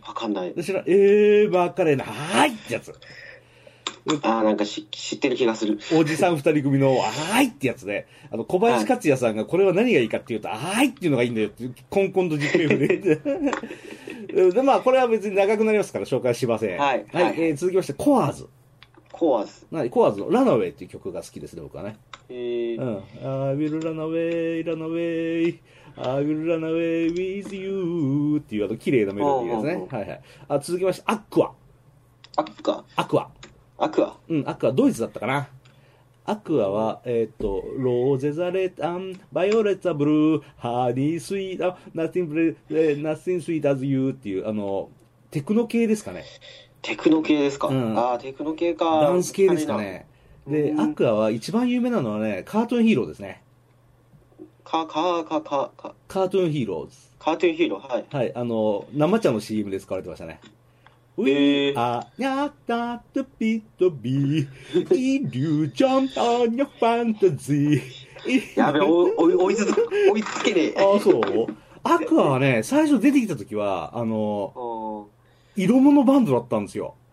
わかんない。 知らん、マカレーナ、はーいってやつ。 なんか知ってる気がする。 おじさん二人組の、はーいってやつで、小林克也さんがこれは何がいいかっていうと、はーいっていうのがいいんだよっていう、コンコンと実験で。で、まあ、これは別に長くなりますから紹介しません。 はい。 続きまして、コアーズ。 コアーズ。 コアーズのラナウェイっていう曲が好きですね、僕はね。 I will run away, run away, I will run away with you っていう綺麗なメロディーですね。はいはい。続きまして、アクア。 アクア。 ドイツだったかな。アクアは、ローゼザレッン、バイオレッツァブルー、ハーニースイート、nothing sweet as you っていう、テクノ系ですかね。 テクノ系ですか。テクノ系か。 ダンス系ですかね。で、アクアは一番有名なのはね、カートゥーンヒーローですね。 カートゥーンヒーローズ。 カートゥーンヒーロー、はい。 はい、生茶の CM で使われてましたね。We are not the bit of be illusion on your fantasy. やべ、追いつけねえ。 そうアクアはね、最初出てきた時は、色物バンドだったんですよ。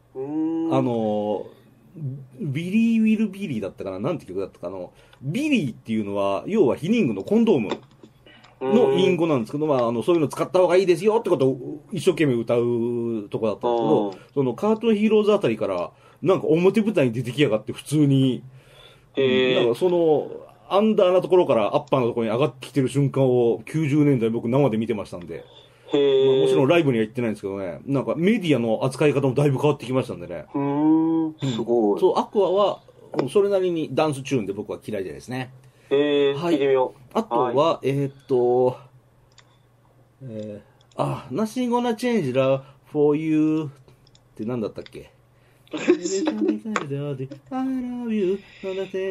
ビリー・ウィル・ビリーだったかな、なんて曲だったかな。ビリーっていうのは、要はヒニングのコンドームの隠語なんですけど、そういうの使った方がいいですよってことを一生懸命歌うとこだったんですけど、そのカートゥーンヒーローズあたりから、なんか表舞台に出てきやがって普通に、なんかその、アンダーなところからアッパーなところに上がってきてる瞬間を90年代僕生で見てましたんで、もちろんライブには行ってないんですけどね、なんかメディアの扱い方もだいぶ変わってきましたんでね。 すごい。 そう、アクアは、それなりにダンスチューンで僕は嫌いじゃないですね。 聞いてみよう。 あとは、Nothing gonna change love for you って何だったっけI love you, nothing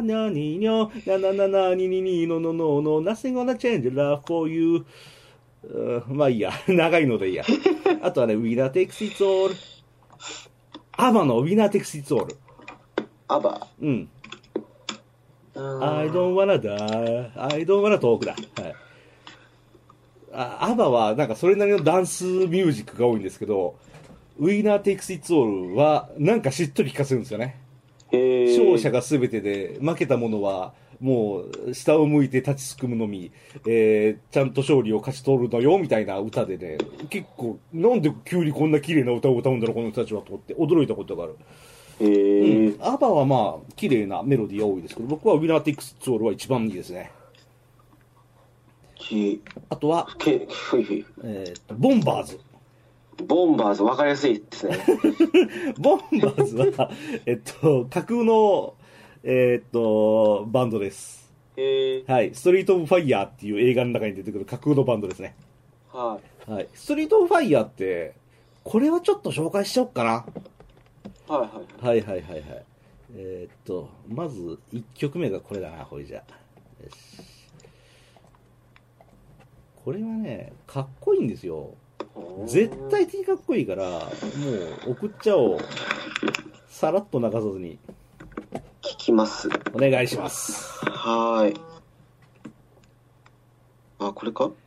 gonna change love for you まあいいや、長いのでいいや。あとはね、Winner takes it all アバの Winner takes it all アバ I don't wanna die, I don't wanna talk だ。はい。アバはなんかそれなりのダンスミュージックが多いんですけど、Winner takes it all はなんかしっとり聴かせるんですよね。勝者が全てで、負けた者はもう下を向いて立ちすくむのみ、ちゃんと勝利を勝ち取るのよみたいな歌でね、結構なんで急にこんな綺麗な歌を歌うんだろうこの人たちはと思って驚いたことがある。アバはまあ綺麗なメロディーが多いですけど、僕はウィナーティックスツオールは一番いいですね。あとは、ボンバーズ。 ボンバーズ分かりやすいですね。 ボンバーズは架空のバンドです。はい、ストリート・オブ・ファイヤーっていう映画の中に出てくる架空のバンドですね。はい。ストリート・オブ・ファイヤーってこれはちょっと紹介しちゃおっかな。はい。まず1曲目がこれだな、これじゃ。よし。これはね、かっこいいんですよ。絶対的にかっこいいから、もう送っちゃおう。さらっと流さずに。 聞きます。 お願いします。 はい。これか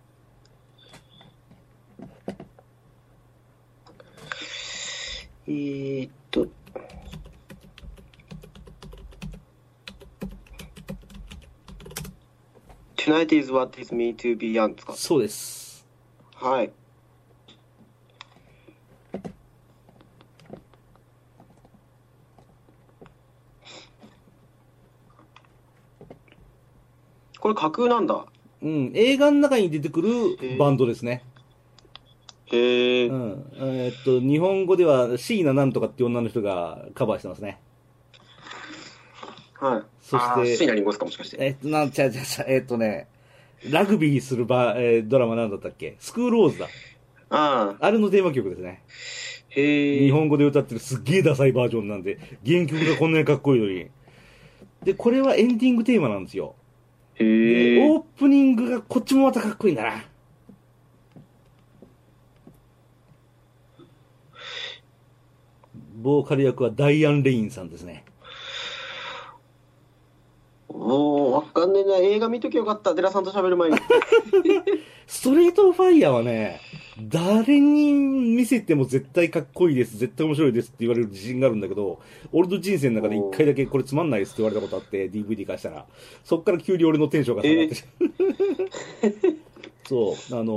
Tonight is what is me to be young ですか？ そうです。 はい。これ架空なんだ。 映画の中に出てくるバンドですね。日本語では椎名なんとかっていう女の人がカバーしてますね。 はい。 そして、 椎名林檎ですかもしかして。 ラグビーするドラマなんだったっけ？スクールウォーズだ。あれのテーマ曲ですね。日本語で歌ってるすっげえダサいバージョンなんで、原曲がこんなにかっこいいのに。で、これはエンディングテーマなんですよ。で、オープニングがこっちもまたかっこいいんだな。ボーカル役はダイアン・レインさんですね。 わかんねえな。映画見ときゃよかった。デラさんと喋る前に。 ストレートファイヤーはね、 誰に見せても絶対かっこいいです、絶対面白いですって言われる自信があるんだけど、俺の人生の中で一回だけこれつまんないですって言われたことあって、DVD 化したら。そっから急に俺のテンションが下がってしまう。そう、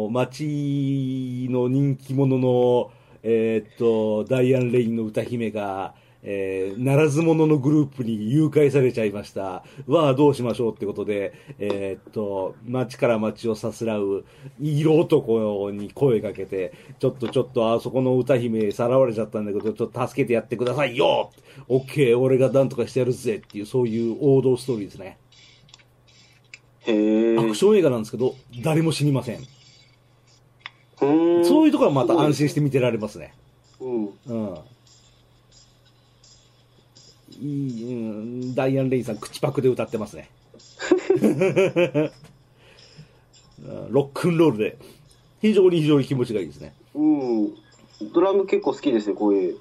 街の人気者の、ダイアン・レインの歌姫が、ならず者のグループに誘拐されちゃいました。わあ、どうしましょうってことで、街から街をさすらう色男に声かけて、ちょっと、あそこの歌姫さらわれちゃったんだけど、ちょっと助けてやってくださいよ。オッケー、俺がなんとかしてやるぜっていう、そういう王道ストーリーですね。 へえ。 アクション映画なんですけど、誰も死にません。 うん。 そういうところはまた安心して見てられますね。 うん。 うん。いい、うん、ダイアン・レインさん、口パクで歌ってますね。ロックンロールで、非常に気持ちがいいですね。 うん。ドラム結構好きですよ、こういう。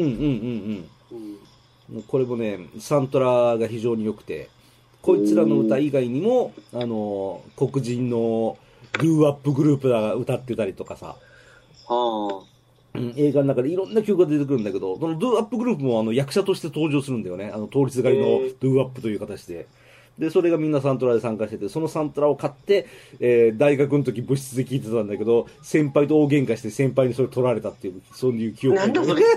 うん。これもね、サントラが非常に良くて、こいつらの歌以外にも、黒人のドゥーアップグループが歌ってたりとかさ、 はうん、映画の中でいろんな曲が出てくるんだけど、そのドゥーアップグループも役者として登場するんだよね。通りすがりのドゥーアップという形で。で、それがみんなサントラで参加してて、そのサントラを買って、大学の時部室で聴いてたんだけど、先輩と大喧嘩して先輩にそれ取られたっていう、そういう記憶が。 なんだそれ。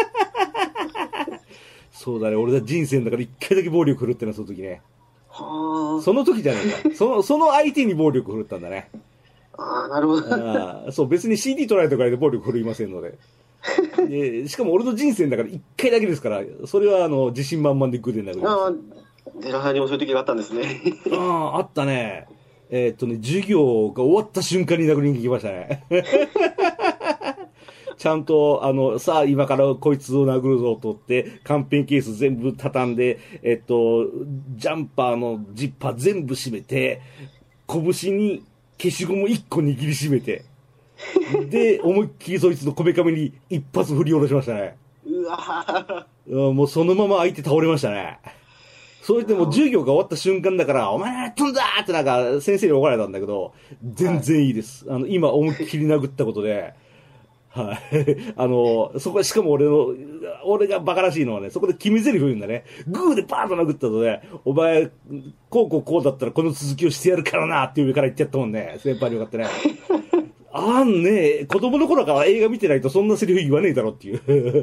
そうだね、俺は人生の中で一回だけ暴力振るってのはその時ね。 はその時じゃねえか。その相手に暴力振るったんだね。 あ。ああ、なるほど。 そう、別に CD 取られたからで暴力振るいませんので。で、しかも俺の人生の中で一回だけですから、それは自信満々でグーで殴りまああ、デラさんにもそういう時があったんですね。 あったね。授業が終わった瞬間に殴りに行きましたね。ちゃんと、さあ今からこいつを殴るぞとって、カンペンケース全部畳んで、ジャンパーのジッパー全部閉めて、拳に消しゴム1個握りしめて、で、思いっきりそいつのこめかみに一発振り下ろしましたね。 うわもうそのまま相手倒れましたね。それでもう授業が終わった瞬間だから、お前何やったんだってなんか先生に怒られたんだけど、全然いいです。今思いっきり殴ったことで、はい。そこしかも俺がバカらしいのはね、そこで決め台詞言うんだね。グーでバーンと殴ったので、お前、こうだったらこの続きをしてやるからなっていう上から言ってやったもんね。先輩によかったね。子供の頃から映画見てないとそんなセリフ言わねえだろっていう。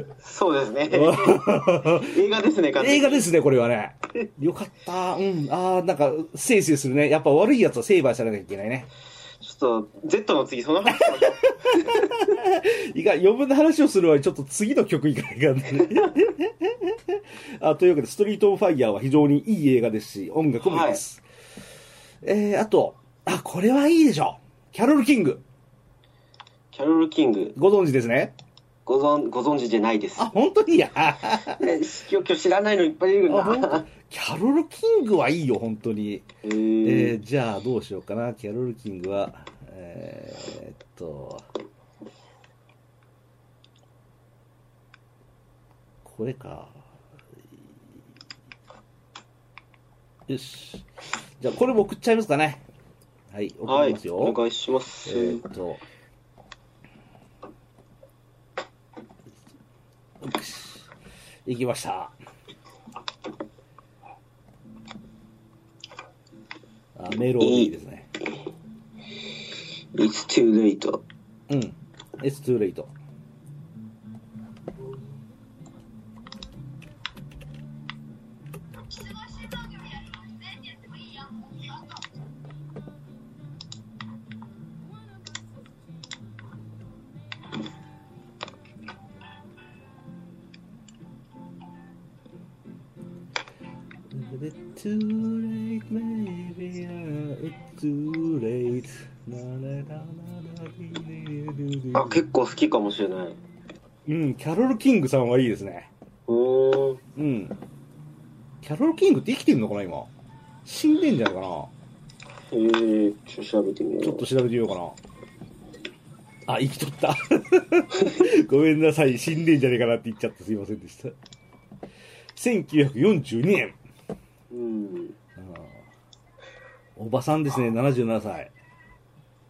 そうですね。映画ですね、 映画ですね、これはね。よかった。うん。なんか、せいせいするね。やっぱ悪いやつはセーバーしなきゃいけないね。 ちょっと、Z の次、その話しましょう。 いか、余分な話をする前にちょっと次の曲いかないかんね。というわけで、ストリート・オブ・ファイヤーは非常にいい映画ですし、音楽もいいです。あと、これはいいでしょ。キャロル・キング。 キャロル・キング。 ご存知ですね。 ご存知じゃないです。 本当に今日知らないのいっぱいいるんだ。 キャロル・キングはいいよ、本当に。じゃあ、どうしようかな。キャロル・キングは、これか。よし。じゃあ、これも送っちゃいますかね。はい、送りますよ。 お願いします。 いきました。メールいいですね。 It's too late. うん。It's too late. It's too late, maybe it's too late. 結構好きかもしれない。 うん、キャロル・キングさんはいいですね。うん。キャロル・キングって生きてるのかな、今。死んでんじゃないかな。 ちょっと調べてみよう。 ちょっと調べてみようかな。生きとった。ごめんなさい、死んでんじゃねえかなって言っちゃってすいませんでした。1942年。 うん。 おばさんですね、77歳。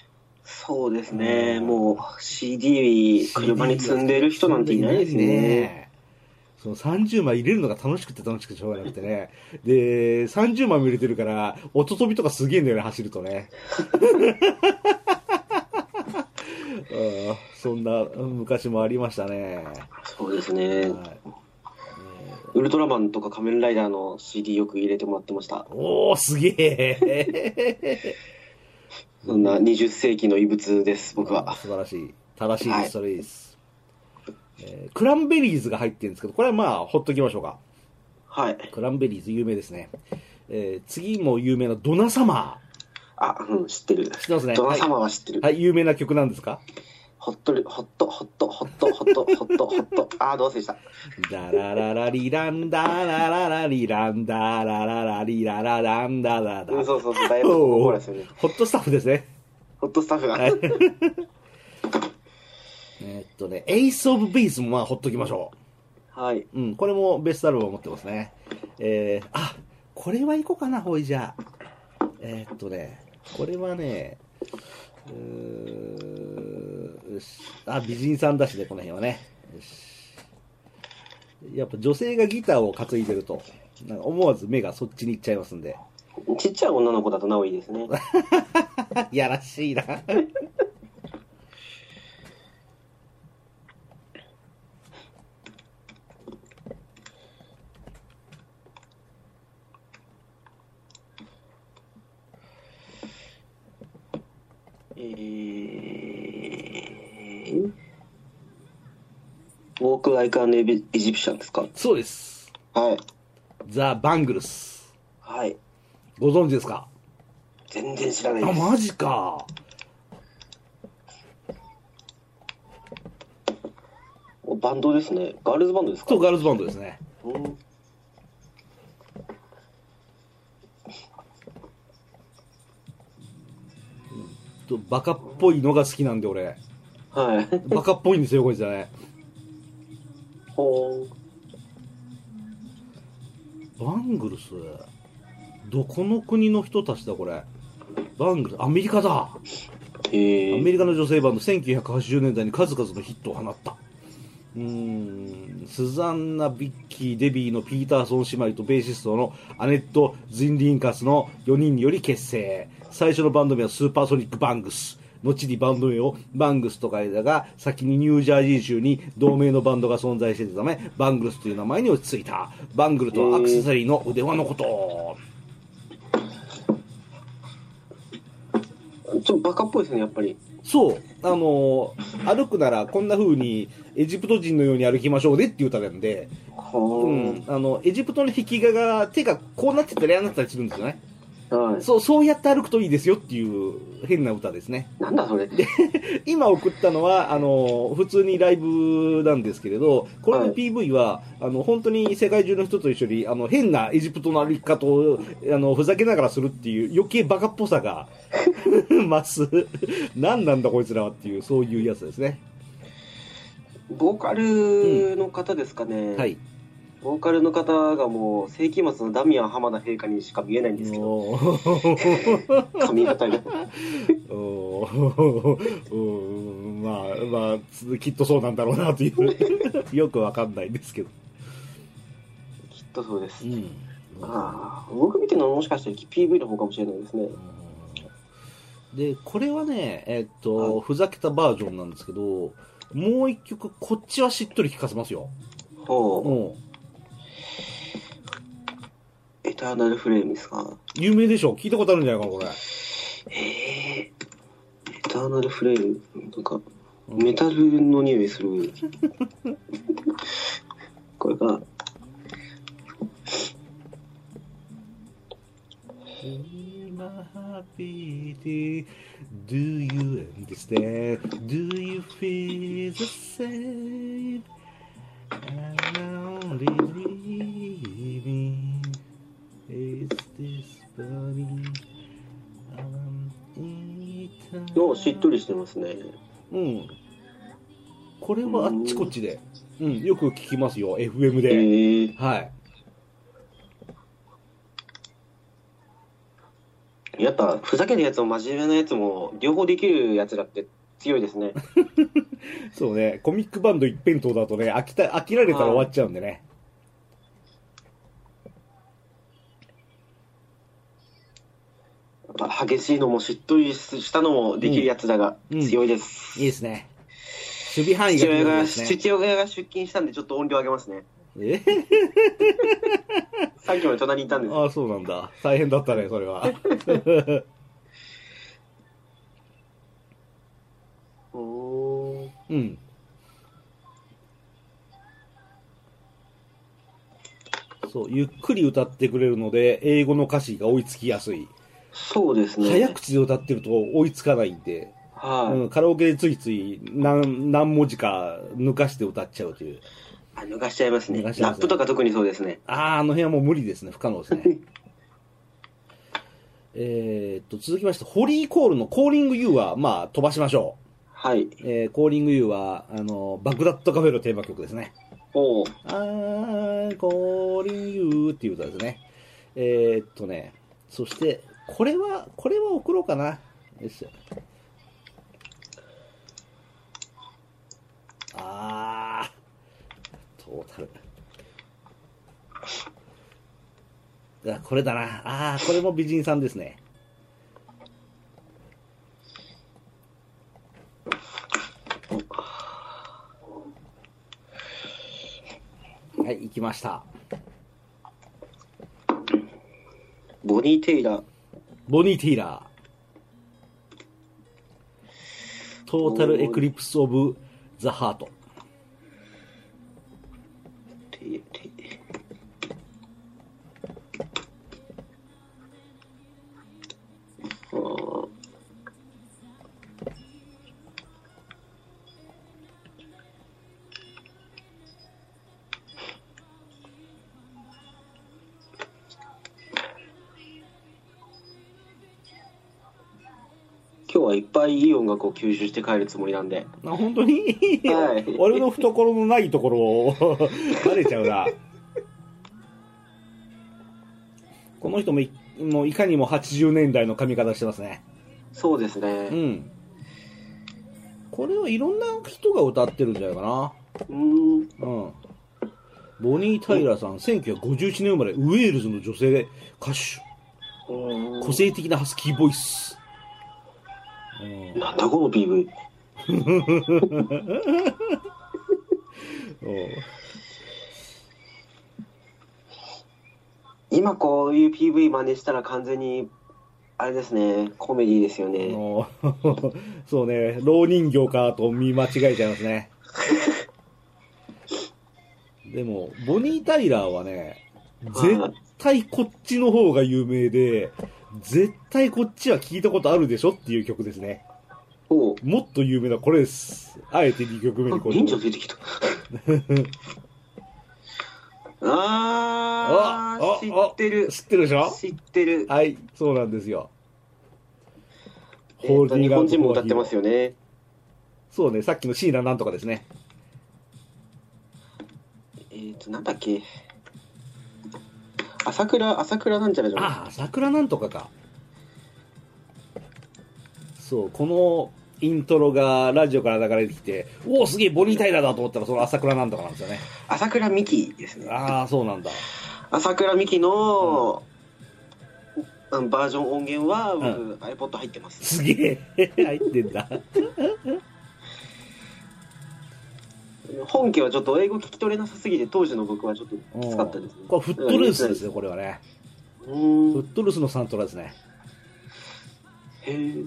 そうですね、もう CD 車に積んでる人なんていないですね。 その30枚入れるのが楽しくて楽しくてしょうがなくてね。で、30枚も入れてるから、音飛びとかすげえんだよね、走るとね。そんな昔もありましたね。 そうですね。 はい、 ウルトラマンとか仮面ライダーの CD よく入れてもらってました。 おー、すげえ。 そんな20世紀の遺物です、僕は。 素晴らしい。正しいです、はい、それです。クランベリーズが入ってるんですけど、これはまあ、ほっときましょうか。 はい。 クランベリーズ有名ですね。次も有名なドナサマー。あ、うん、知ってる。 知ってますね。 ドナサマーは知ってる。 はい、有名な曲なんですか？ ホット。あー、どうせでした。 ダラララリランダラララリランダラララリララランダラダ。 そう、だいぶここですよね。 ホットスタッフですね。 ホットスタッフだ。 エイス・オブ・ベースもまあほっときましょう。はい。 うん、これもベストアルバム持ってますね。これはいこうかな、ほいじゃあ。これはね、美人さんだしね、この辺はね。よし。やっぱ女性がギターを担いでると、なんか思わず目がそっちに行っちゃいますんで。 ちっちゃい女の子だとなおいいですね。 やらしいな。 ウォーク・アイカン・エジプシャンですか？ そうです。 はい。 ザ・バングルス。 はい。 ご存知ですか？ 全然知らないです。 マジか。 バンドですね。ガールズバンドですか？ そう、ガールズバンドですね。バカっぽいのが好きなんで俺。 はい。 バカっぽいんですよ、こいつはね。バングルス、どこの国の人たちだこれ。バングルス、アメリカだ。アメリカの女性バンド、1980年代に数々のヒットを放った。スザンナ・ビッキー、デビーのピーターソン姉妹とベーシストのアネット・ズンリンカスの4人により結成。最初のバンド名はスーパーソニック・バングス。後にバンド名をバングスと書いたが、先にニュージャージー州に同名のバンドが存在していたため、バングルスという名前に落ち着いた。バングルとはアクセサリーの腕輪のこと。 ちょっとバカっぽいですね、やっぱり。 そう。歩くならこんな風にエジプト人のように歩きましょうねっていう歌なんで、エジプトの壁画が手がこうなってたりああなったりするんですよね。 はい、 そうやって歩くといいですよっていう変な歌ですね。 なんだそれ。 で、今送ったのは普通にライブなんですけれど、これの PV は、本当に世界中の人と一緒に変なエジプトの歩き方をふざけながらするっていう余計バカっぽさが増す。何なんだこいつらはっていう、そういうやつですね。 ボーカルの方ですかね。 はい。 ボーカルの方がもう世紀末のダミアン浜田陛下にしか見えないんですけど、髪型がまあきっとそうなんだろうなというよくわかんないんですけど、 きっとそうです、僕見てるのはもしかしたら PV の方かもしれないですね。 でこれはねふざけたバージョンなんですけど、もう一曲こっちはしっとり聴かせますよ。 エターナルフレームですか？ 有名でしょ、聞いたことあるんじゃないかなこれ。 エターナルフレーム、なんかメタルの匂いするこれか。 Do you understand? Do you feel the same? I'm only dreaming. Is this burning? しっとりしてますね。 これはあっちこっちで、よく聞きますよ、FM で。はい。 やっぱ、ふざけるやつも真面目なやつも、両方できるやつらって強いですね。 そうね、コミックバンド一辺倒だとね、飽きられたら終わっちゃうんでね。 やっぱ激しいのもしっとりしたのもできるやつらが強いです。 いいですね。守備範囲が広いですね。 父親が出勤したんでちょっと音量上げますね。さっきまで隣にいたんですよ。 ああ、そうなんだ。大変だったね、それは。うん。そう、ゆっくり歌ってくれるので、英語の歌詞が追いつきやすい。 そうですね。 早口で歌ってると追いつかないんで、 はい、 うん、カラオケでついつい何文字か抜かして歌っちゃうという。 抜かしちゃいますね。ラップとか特にそうですね。 あの辺はもう無理ですね。不可能ですね。続きまして、ホリーコールのコーリング You は、まあ、飛ばしましょう。 はい。 コーリング You は、バグダッドカフェのテーマ曲ですね。 おコーリング You っていう歌ですね。そして、これは送ろうかな。よいしょ。トータル。これだな。これも美人さんですね。はい、行きました。 ボニー・テイラー。 トータルエクリプス・オブ・ザ・ハート。 今日はいっぱいいい音楽を吸収して帰るつもりなんで。 本当に、 はい、 俺の懐のないところをバレちゃうな。この人もいかにも80年代の髪型してますね。 そうですね。 うん。これはいろんな人が歌ってるんじゃないかな。うん。ボニー・タイラーさん、1951年生まれ、ウェールズの女性歌手。個性的なハスキーボイス。 なんだこの PV。今こういう PV 真似したら完全にあれですね、コメディですよね。 そうね、老人形かと見間違えちゃいますね。でもボニー・タイラーはね、絶対こっちの方が有名で、絶対こっちは聞いたことあるでしょっていう曲ですね。もっと有名なこれです。あえて2曲目にこれ。 忍者出てきた。知ってる。 知ってるでしょ？ 知ってる。 はい、そうなんですよ。 日本人も歌ってますよね。 そうね、さっきのシーナなんとかですね。 なんだっけ。朝倉なんちゃらじゃん。 朝倉なんとかか。そう、このイントロがラジオから流れてきて、おおすげえボニー・タイラーだと思ったら、その朝倉なんとかなんですよね。 朝倉美希ですね。 そうなんだ。 朝倉美希の、バージョン音源は僕、iPod 入ってます。 すげえ入ってんだ。 本家はちょっと英語聞き取れなさすぎて、当時の僕はちょっときつかったですね。 これフットルースですね、これはね。フットルースのサントラですね。 へえ。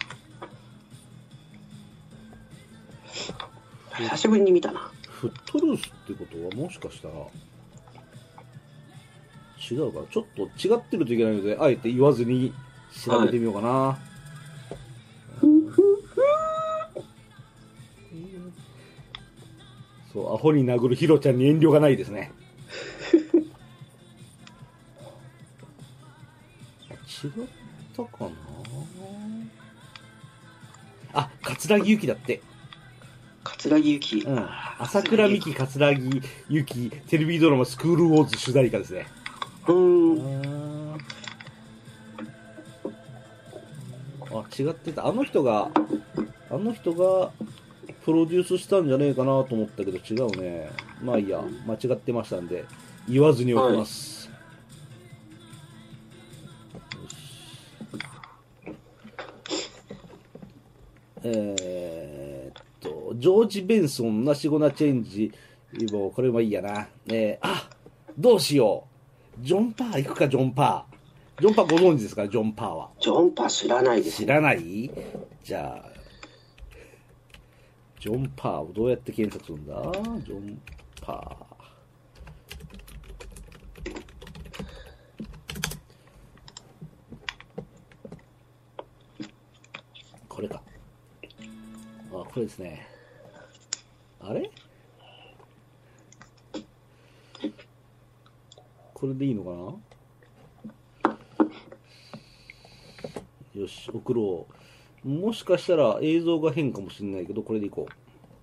久しぶりに見たな。 フットルースってことはもしかしたら違うかな。ちょっと違ってるといけないので、あえて言わずに調べてみようかな。そう、アホに殴るヒロちゃんに遠慮がないですね。違ったかな。桂木由紀だって。 桂木由紀。 朝倉美希、桂木由紀、テレビドラマスクールウォーズ主題歌ですね。 違ってた。あの人がプロデュースしたんじゃねえかなと思ったけど違うね。まあいいや、間違ってましたんで言わずにおきます、ジョージ・ベンソンなしごなチェンジ、もうこれもいいやな。どうしよう。ジョン・パー行くか。ジョン・パーご存知ですか？ジョン・パーは。 ジョンパー知らないです。 知らない？じゃあジョン・パーをどうやって検索するんだ？ジョン・パー。これか。これですね。あれ？これでいいのかな？よし、送ろう。もしかしたら映像が変かもしれないけど、これでいこ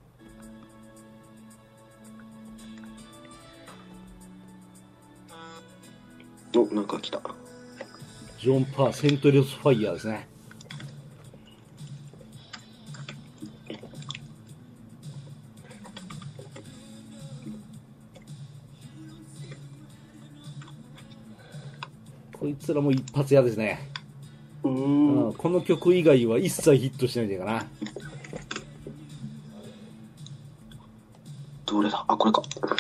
う。お、なんか来た。 ジョン・パー、セントリオス・ファイヤーですね。こいつらも一発屋ですね。この曲以外は一切ヒットしないんじゃないかな。 どれだ？これか。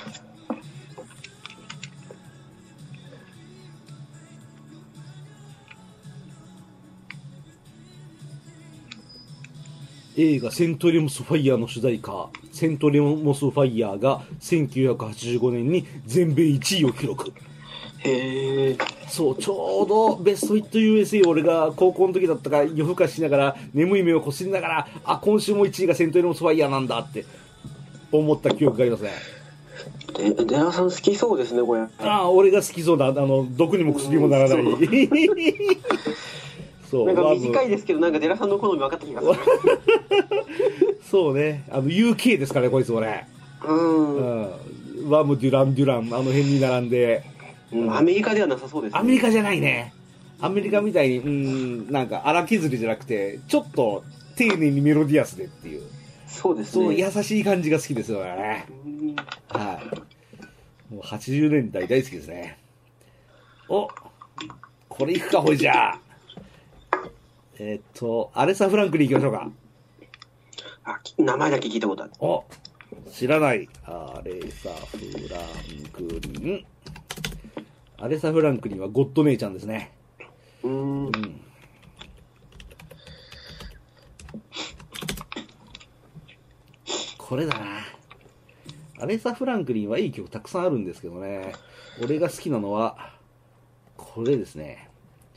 映画セントリモスファイヤーの主題歌、セントリモスファイヤーが1985年に全米1位を記録。 へえ。 そう、ちょうどベストヒット USA 俺が高校の時だったから夜更かししながら眠い目をこすりながら、今週も1位がセントリモスファイヤーなんだって思った記憶がありますね。 デラさん好きそうですね、これ。 俺が好きそうな、毒にも薬にもならない。そうなんか短いですけど、なんかデラさんの好み分かった気がする。 そうね、UK ですからね、こいつもね。ワム、デュラン、あの辺に並んで。 アメリカではなさそうですね。 アメリカじゃないね。アメリカみたいに、なんか荒削りじゃなくて、ちょっと丁寧にメロディアスでっていう。 そうですね。 そう優しい感じが好きですよね。はい。もう80年代大好きですね。これいくか、ほいじゃあ。アレサ・フランクリン行きましょうか。 名前だけ聞いたことある。 知らない。アレサ・フランクリン。アレサ・フランクリンはゴッド姉ちゃんですね。これだな。アレサ・フランクリンはいい曲たくさんあるんですけどね。俺が好きなのは、これですね。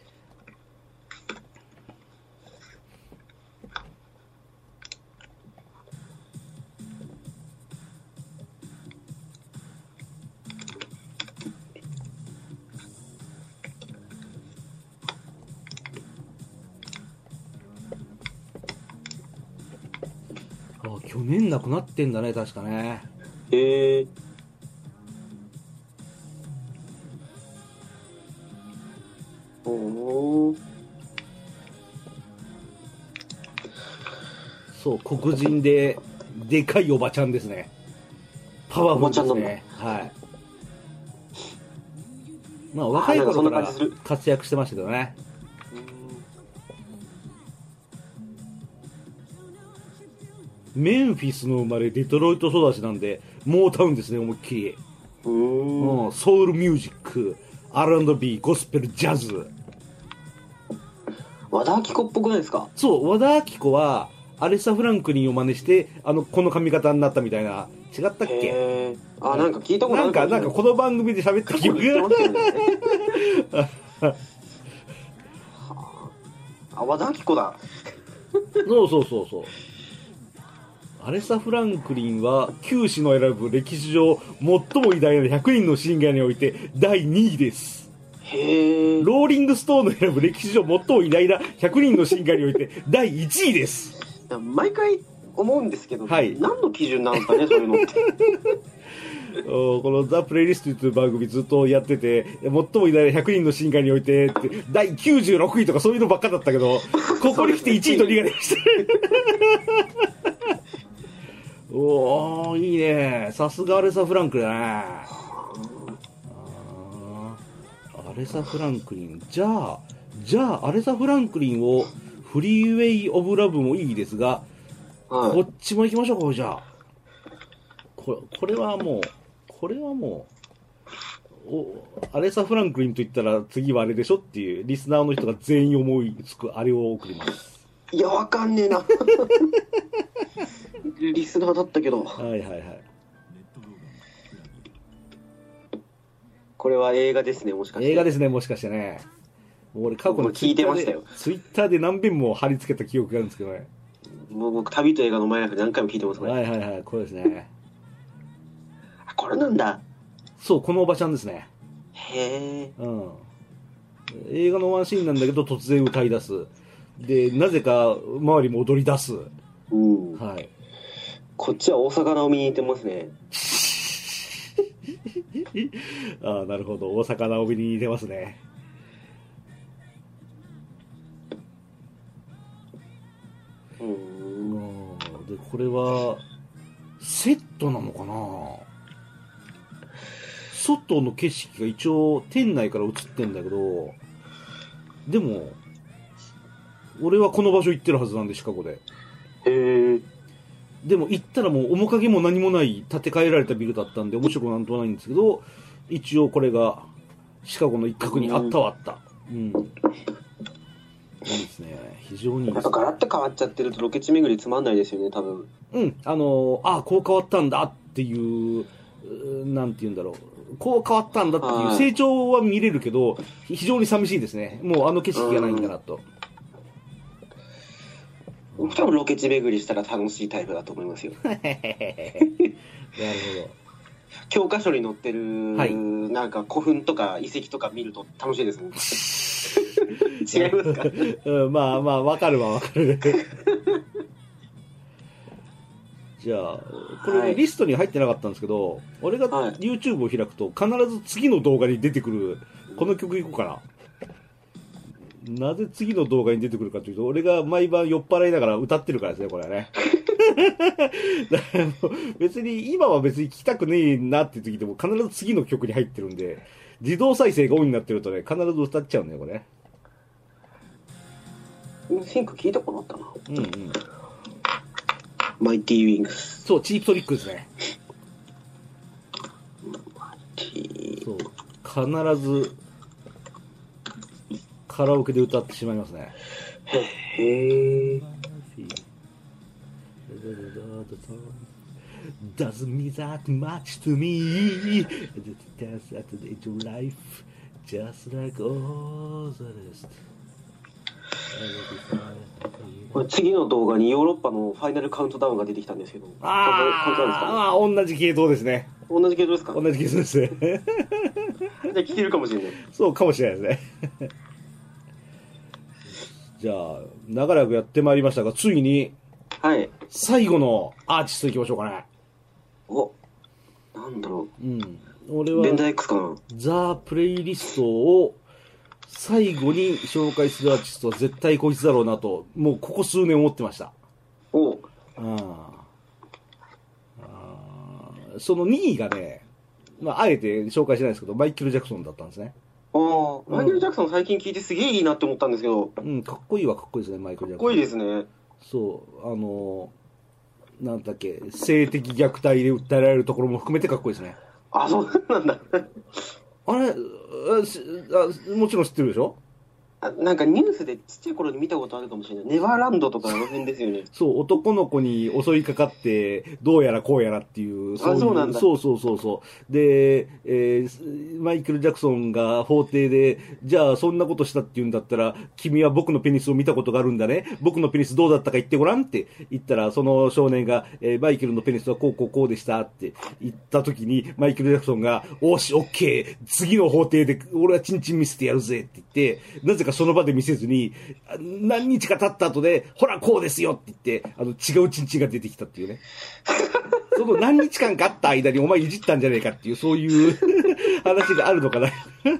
去年亡くなってんだね、確かね。 へえ。 そう、黒人ででかいおばちゃんですね。パワフルですね。はい。まあ若い頃から活躍してましたけどね。メンフィスの生まれデトロイト育ちなんでモータウンですね、思いっきり。ソウルミュージック、 R&B、 ゴスペル、ジャズ。 和田アキ子っぽくないですか？ そう、和田アキ子はアレサ・フランクリンを真似してこの髪型になったみたいな。違ったっけ？ なんか聞いたことある。 なんかこの番組で喋った記憶が。 和田アキ子だ。 そう。アレサ・フランクリンは九死の選ぶ歴史上最も偉大な100人のシンガーにおいて第2位です。 へー。 ローリングストーンの選ぶ歴史上最も偉大な100人のシンガーにおいて第1位です。 毎回思うんですけど、 はい、 何の基準なんですかね、そういうのって。 このザ・プレイリストという番組ずっとやってて、最も偉大な100人の進化においてって第96位とかそういうのばっかだったけど、ここに来て1位と2位が出ましたおー、いいね。さすがアレサ・フランクだね。アレサ・フランクリン。じゃあアレサ・フランクリンをフリーウェイ・オブ・ラブもいいですが、 はい、 こっちも行きましょうか。じゃあこれはもうアレサ・フランクリンと言ったら次はあれでしょっていうリスナーの人が全員思いつくあれを送ります。 いや、わかんねえなリスナーだったけど。 はいはいはい。 これは映画ですね、もしかして。 映画ですね、もしかしてね。俺過去の聞いてましたよ。 ツイッターで何遍も貼り付けた記憶があるんですけどね。 もう僕、旅と映画の前なんか何回も聞いてます、これ。 はいはいはい、これですね。 これなんだ。 そう、このおばちゃんですね。 へえ。 うん。映画のワンシーンなんだけど突然歌い出す。で、なぜか周りも踊り出す。 うん。 はい。 こっちは大阪直美に似てますね。 ああ、なるほど。大阪直美に似てますね。で、これはセットなのかな。外の景色が一応店内から映ってんだけど、でも俺はこの場所行ってるはずなんで、シカゴで。 へえ。 でも行ったらもう面影も何もない建て替えられたビルだったんで面白くなんともないんですけど、一応これがシカゴの一角にあったはあった。うん。いいですね。非常にいいですね。 やっぱガラッと変わっちゃってるとロケ地巡りつまんないですよね、多分。 うん。こう変わったんだっていう、なんて言うんだろう。こう変わったんだっていう成長は見れるけど、非常に寂しいですね。もうあの景色がないんだなと。 多分ロケ地巡りしたら楽しいタイプだと思いますよ。 なるほど。 教科書に載ってる、 はい、 なんか古墳とか遺跡とか見ると楽しいですもん。違いますか？ うん、まあまあ、わかるわ、わかる。じゃあ、これ、ね、リストに入ってなかったんですけど、俺が YouTube を開くと必ず次の動画に出てくる、この曲いこうかな。なぜ次の動画に出てくるかというと、俺が毎晩酔っ払いながら歌ってるからですね、これはね。だから別に、今は別に聴きたくねえなって時でも必ず次の曲に入ってるんで、自動再生がオンになってるとね、必ず歌っちゃうんだよ、これ。 シンク聞いたことあったな。 うんうん。 マイティーウィングス。 そう、チープトリックですね。そう、必ず、カラオケで歌ってしまいますね。 へえ。 Doesn't mean that much to me. That's at the age of life, just like all the rest. これ次の動画にヨーロッパのファイナルカウントダウンが出てきたんですけど。本当なんですかね。 同じ系統ですね。 同じ系統ですか？ 同じ系統ですね。 じゃあ聞けるかもしれない。 そうかもしれないですね。じゃあ、長らくやってまいりましたが、ついに、 はい。 最後のアーティストいきましょうかね。 お、なんだろう。 うん。俺は、 ベンダー X かな。 ザ・プレイリストを最後に紹介するアーティストは絶対こいつだろうなと、もうここ数年思ってました。 お。 その2位がね、まあ、あえて紹介しないですけど、マイケル・ジャクソンだったんですね。 マイケル・ジャクソン最近聞いてすげえいいなって思ったんですけど。 うん、かっこいいはかっこいいですね、マイケル・ジャクソン。 かっこいいですね。 そう、なんだっけ、性的虐待で訴えられるところも含めてかっこいいですね。 あ、そうなんだ。 あれもちろん知ってるでしょ？ なんかニュースでちっちゃい頃に見たことあるかもしれない。ネバーランドとかあの辺ですよね。 そう、男の子に襲いかかって、どうやらこうやらっていう、 そうなんだ。 そう。で、マイケル・ジャクソンが法廷で、じゃあそんなことしたって言うんだったら、君は僕のペニスを見たことがあるんだね。僕のペニスどうだったか言ってごらんって言ったら、その少年が、マイケルのペニスはこうでしたって言った時に、マイケル・ジャクソンが、おし、オッケー、次の法廷で俺はチンチン見せてやるぜって言って、なぜかその場で見せずに、何日か経った後で、ほらこうですよって言って、違うチンチンが出てきたっていうね。その何日間かあった間にお前いじったんじゃねえかっていう、そういう話があるのかな。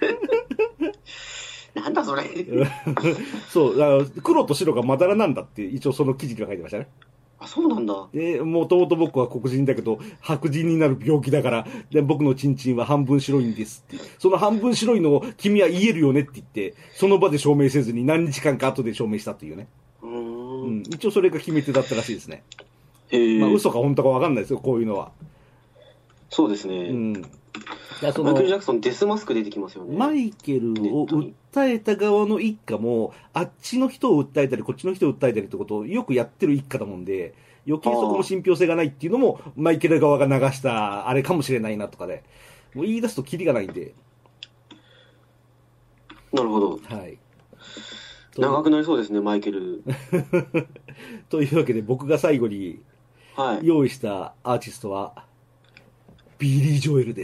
なんだそれ。 そう、黒と白がまだらなんだって、一応その記事が書いてましたね。 あ、そうなんだ。 で、もともと僕は黒人だけど、白人になる病気だから、で僕のチンチンは半分白いんですって。その半分白いのを君は言えるよねって言って、その場で証明せずに何日間か後で証明したっていうね。一応それが決め手だったらしいですね。まあ嘘か本当か分かんないですよ、こういうのは。 そうですね。マイケル・ジャクソン、デスマスク出てきますよね。 マイケルを訴えた側の一家も、あっちの人を訴えたり、こっちの人を訴えたりってことをよくやってる一家だもんで、余計そこも信憑性がないっていうのも、マイケル側が流したあれかもしれないなとかで、もう言い出すとキリがないんで。 なるほど。 はい。 長くなりそうですね、マイケル。 というわけで、僕が最後に用意したアーティストは、ビリー・ジョエルです。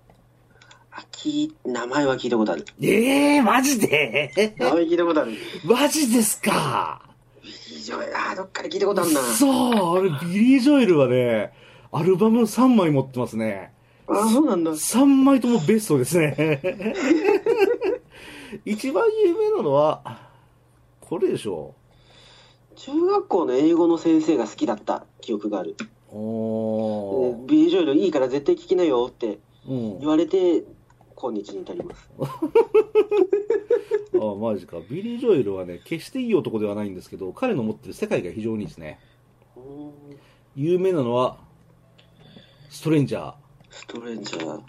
名前は聞いたことある。 マジで名前聞いたことある。 マジですか。 ビリー・ジョエル、どっかで聞いたことあるな。 そう、ビリー・ジョエルはね、アルバム3枚持ってますね。 そうなんだ。 3枚ともベストですね。一番有名なのは、これでしょう。中学校の英語の先生が好きだった記憶がある。ビリー・ジョエルいいから絶対聞きなよって言われて、今日に至ります。 マジか。ビリー・ジョエルはね、決していい男ではないんですけど、彼の持ってる世界が非常にいいですね。有名なのは、ストレンジャー。 ストレンジャー。はい。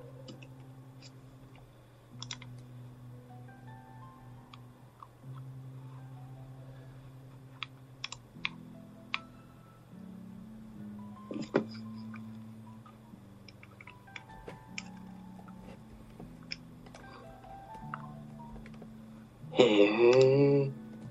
へえ。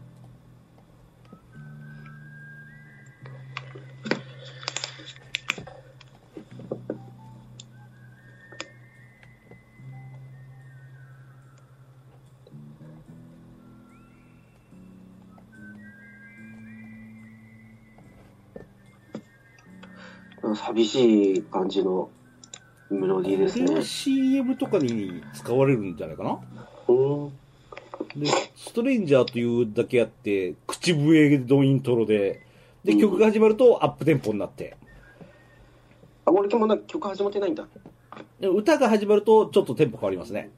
寂しい感じのメロディーですね。これは CM とかに使われるんじゃないかな。でストレンジャーというだけあって、口笛のイントロで、曲が始まるとアップテンポになって。 これまだ曲始まってないんだ。 歌が始まるとちょっとテンポ変わりますね。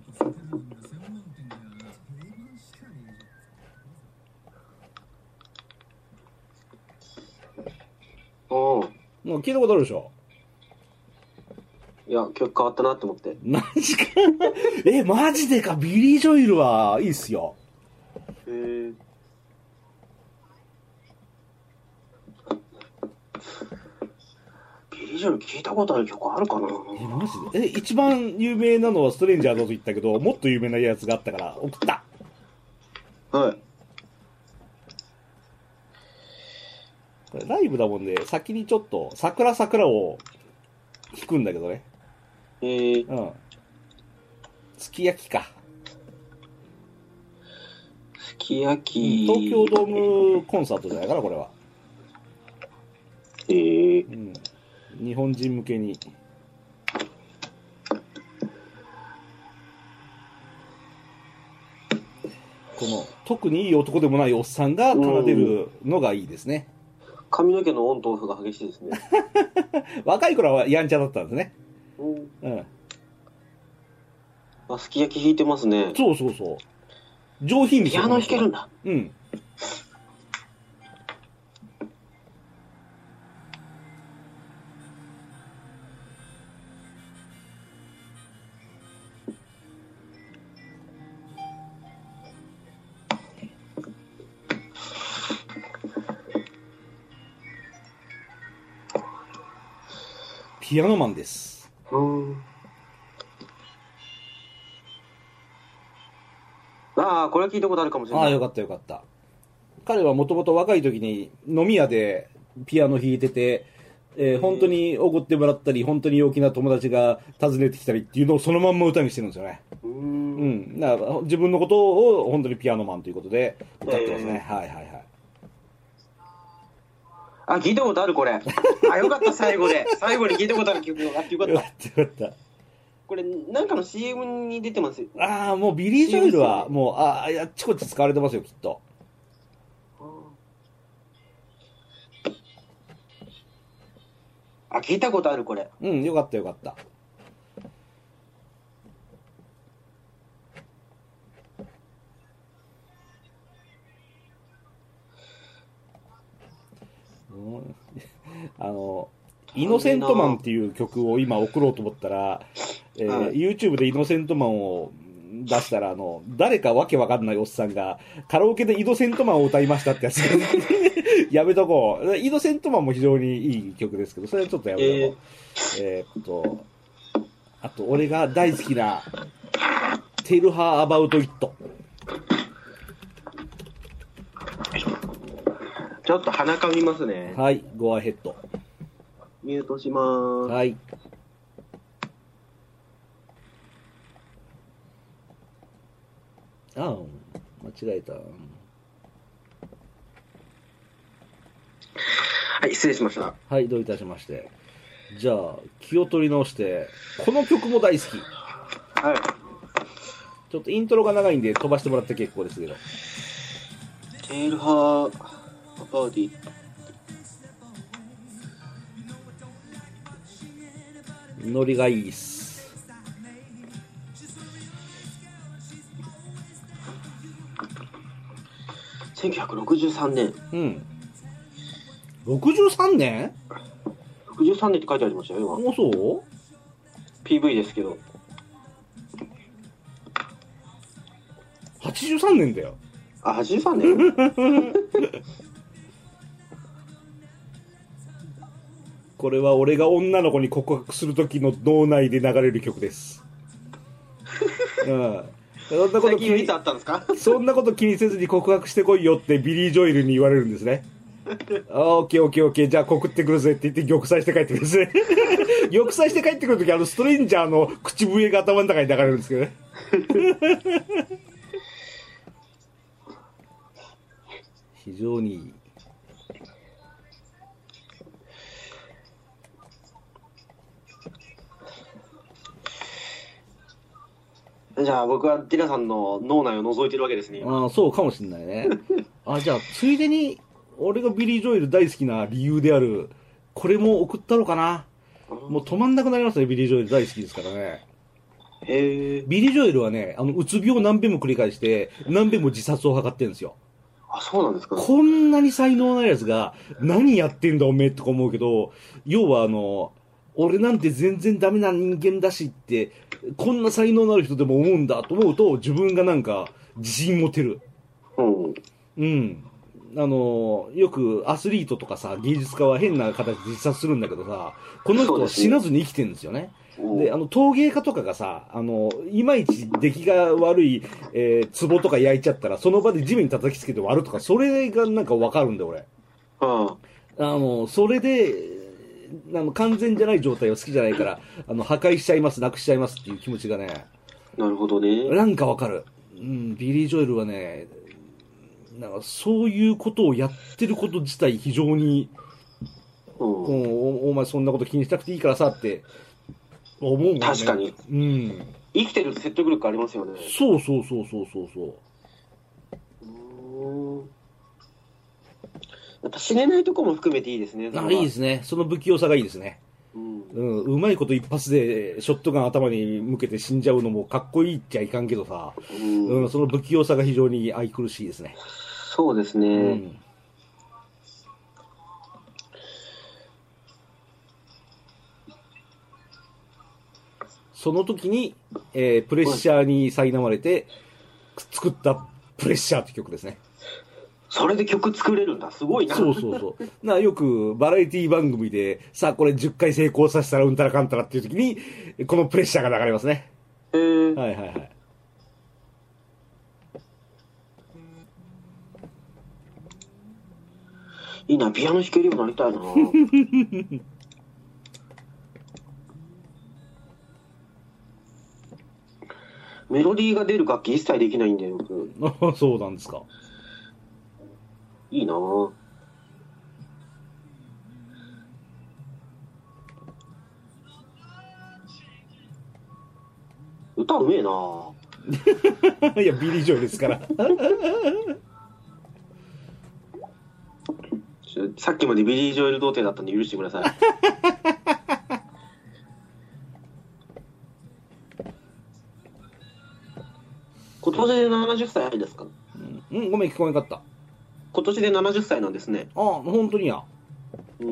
もう聞いたことあるでしょ。 いや、曲変わったなって思って。 マジか。マジでか。ビリー・ジョエルはいいっすよ。 へえ。ビリー・ジョエル聞いたことある曲あるかな。 マジで。一番有名なのはストレンジャーだと言ったけど、もっと有名なやつがあったから送った。 はい。 これライブだもんで、先にちょっと桜を弾くんだけどね。すき焼きか。 すき焼き。 東京ドームコンサートじゃないかな、これは。日本人向けに。この、特にいい男でもないおっさんが奏でるのがいいですね。 髪の毛のオンとオフが激しいですね。 若い頃はやんちゃだったんですね。 すき焼き弾いてますね。 そう。上品にピアノ弾けるんだ。 ピアノマンです。 これは聞いたことあるかもしれない。 よかった。彼はもともと若い時に飲み屋でピアノ弾いてて、本当におごってもらったり、本当に陽気な友達が訪ねてきたりっていうのをそのまんま歌にしてるんですよね。だから自分のことを本当にピアノマンということで歌ってますね。 あ、聞いたことある、これ。あ、よかった、最後で。最後に聞いたことある曲があってよかった。 よかったよかった。 これ、なんかの CM に出てますよ。 ああ、もうビリー・ジョエルは、もう、あっちこっち使われてますよ、きっと。 あ、聞いたことある、これ。 うん、よかったよかった。イノセントマンっていう曲を今送ろうと思ったら、YouTube でイノセントマンを出したら、誰かわけわかんないおっさんが、カラオケでイノセントマンを歌いましたってやつ。やめとこう。イノセントマンも非常にいい曲ですけど、それはちょっとやめとこう。あと、俺が大好きな、Tell Her About It。 ちょっと鼻かみますね。 はい、ゴアヘッド。 ミュートしまーす。 はい。間違えた。 はい、失礼しました。 はい、どういたしまして。じゃあ、気を取り直して、この曲も大好き。 はい。 ちょっとイントロが長いんで飛ばしてもらって結構ですけど。 Tell Her About It。 ノリがいいっす。 1963年。 うん。63年 ?63 年って書いてありましたよ、今。 そう ?PV ですけど。 83年だよ。 あ、83年これは俺が女の子に告白する時の脳内で流れる曲です。うん。そんなこと最近あったんですか？ そんなこと気にせずに告白してこいよってビリー・ジョエルに言われるんですね。オッケーオッケーオッケー、じゃあ告ってくるぜって言って玉砕して帰ってくるんですね。玉砕して帰ってくるときストレンジャーの口笛が頭の中に流れるんですけどね。非常にいい。 じゃあ僕はティナさんの脳内を覗いてるわけですね。 ああ、そうかもしれないね。じゃあついでに俺がビリー・ジョエル大好きな理由であるこれも送ったのかな。もう止まんなくなりますね。ビリー・ジョエル大好きですからね。 へえ。 ビリー・ジョエルはね、うつ病を何遍も繰り返して何遍も自殺を図ってるんですよ。 あ、そうなんですか。 こんなに才能ないやつが何やってんだおめえとか思うけど、要は俺なんて全然ダメな人間だしって、こんな才能のある人でも思うんだと思うと、自分がなんか自信持てる。 うん。 うん。よくアスリートとかさ、芸術家は変な形で自殺するんだけどさ、この人は死なずに生きてるんですよね。で、陶芸家とかがさ、いまいち出来が悪い、壺とか焼いちゃったら、その場で地面に叩きつけて割るとか、それがなんかわかるんだよ、俺。それで、完全じゃない状態を好きじゃないから、破壊しちゃいます、なくしちゃいますっていう気持ちがね。 なるほどね。 なんかわかる。うん、ビリー・ジョエルはね、なんかそういうことをやってること自体非常に、お前そんなこと気にしなくていいからさって思うもんね。 確かに。 うん。 生きてる説得力ありますよね。 そうそうそうそうそうそう。 やっぱ死ねないとこも含めていいですね。 いいですね。その不器用さがいいですね。うまいこと一発でショットガン頭に向けて死んじゃうのもかっこいいっちゃいかんけどさ、その不器用さが非常に愛くるしいですね。 そうですね。 その時に、プレッシャーに苛まれて作ったプレッシャーって曲ですね。 それで曲作れるんだ。すごいな。 そうそうそう。よくバラエティ番組で、さあこれ10回成功させたらうんたらかんたらっていう時に、このプレッシャーが流れますね。はいはいはい。 いいな、ピアノ弾けるようになりたいな。メロディーが出る楽器一切できないんで、僕。 そうなんですか。 いいなぁ。 歌うめえな。 いや、ビリー・ジョエルですから。 さっきまでビリー・ジョエル童貞だったんで許してください。今年で70歳ですか？ うん、ごめん、聞こえなかった。 今年で70歳なんですね。 あ、本当にや。 うん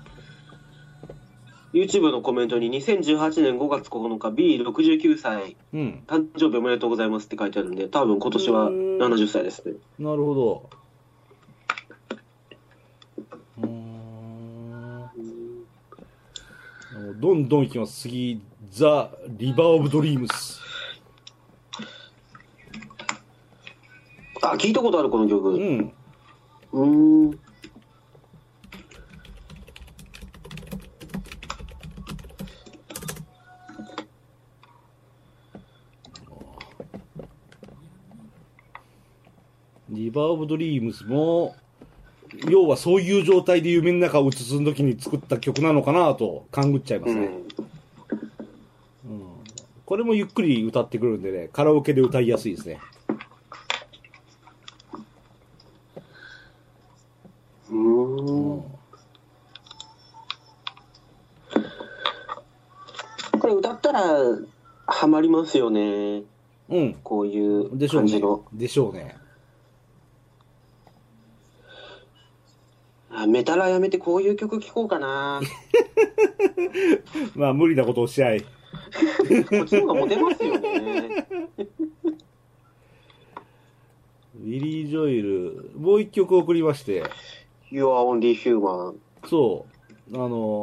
。YouTube のコメントに2018年5月9日 B69 歳、うん、誕生日おめでとうございますって書いてあるんで、多分今年は70歳ですね。 なるほど。どんどんいきます。次、ザ・リバー・オブ・ドリームス。 あ、聞いたことある、この曲。うん。 リバー・オブ・ドリームスも、要はそういう状態で夢の中を映す時に作った曲なのかなと勘ぐっちゃいますね。これもゆっくり歌ってくるんでね、カラオケで歌いやすいですね。 これ歌ったらハマりますよね。 うん。 こういう感じの。 でしょうね。 メタラやめてこういう曲聴こうかな。 まあ無理なことをしちゃい。こっちの方がモテますよね。 ウィリー・ジョイル、もう一曲送りまして。 You are only human。 そう。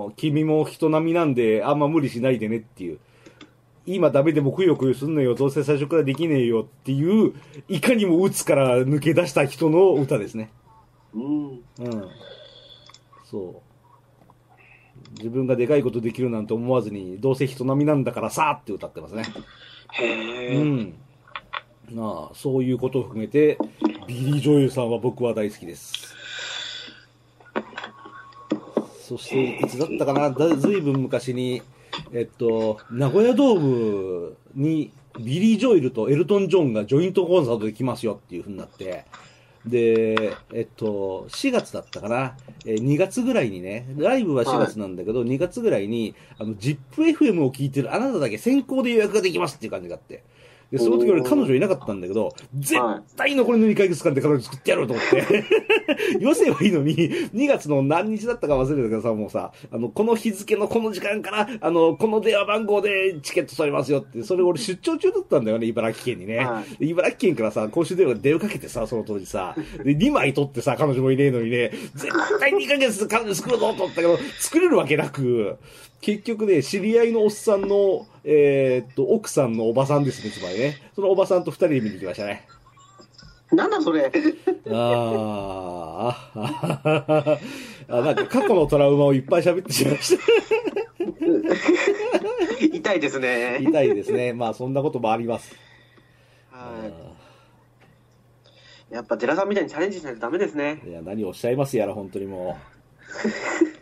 君も人並みなんであんま無理しないでねっていう。今ダメでもくよくよすんのよ。どうせ最初からできねえよっていう、いかにも鬱から抜け出した人の歌ですね。そう。自分がでかいことできるなんて思わずに、どうせ人並みなんだからさーって歌ってますね。 へー。 まあ、そういうことを含めて、ビリー・ジョエルさんは僕は大好きです。そして、いつだったかな、ずいぶん昔に、名古屋ドームにビリー・ジョエルとエルトン・ジョンがジョイントコンサートで来ますよっていう風になって、で、4月だったかな、2月ぐらいにね、ライブは4月なんだけど、2月ぐらいに、ZIPFM を聞いてるあなただけ先行で予約ができますっていう感じがあって、で、その時俺彼女いなかったんだけど、絶対残りの2ヶ月間で彼女作ってやろうと思って。よせばいいのに、2月の何日だったか忘れたけどさ、もうさ、この日付のこの時間から、この電話番号でチケット取れますよって、それ俺出張中だったんだよね、茨城県にね。茨城県からさ、公衆電話で電話かけてさ、その当時さ、で、2枚取ってさ、彼女もいねえのにね、絶対2ヶ月で彼女作るぞと思ったけど、作れるわけなく、結局ね、知り合いのおっさんの、奥さんのおばさんですね、つまりね。そのおばさんと2人で見に行きましたね。 なんだそれ。 なんか過去のトラウマをいっぱい喋ってしまいました。 痛いですね。 痛いですね。まあそんなこともあります。 やっぱ寺さんみたいにチャレンジしないとダメですね。 いや、何をおっしゃいますやら、本当にもう。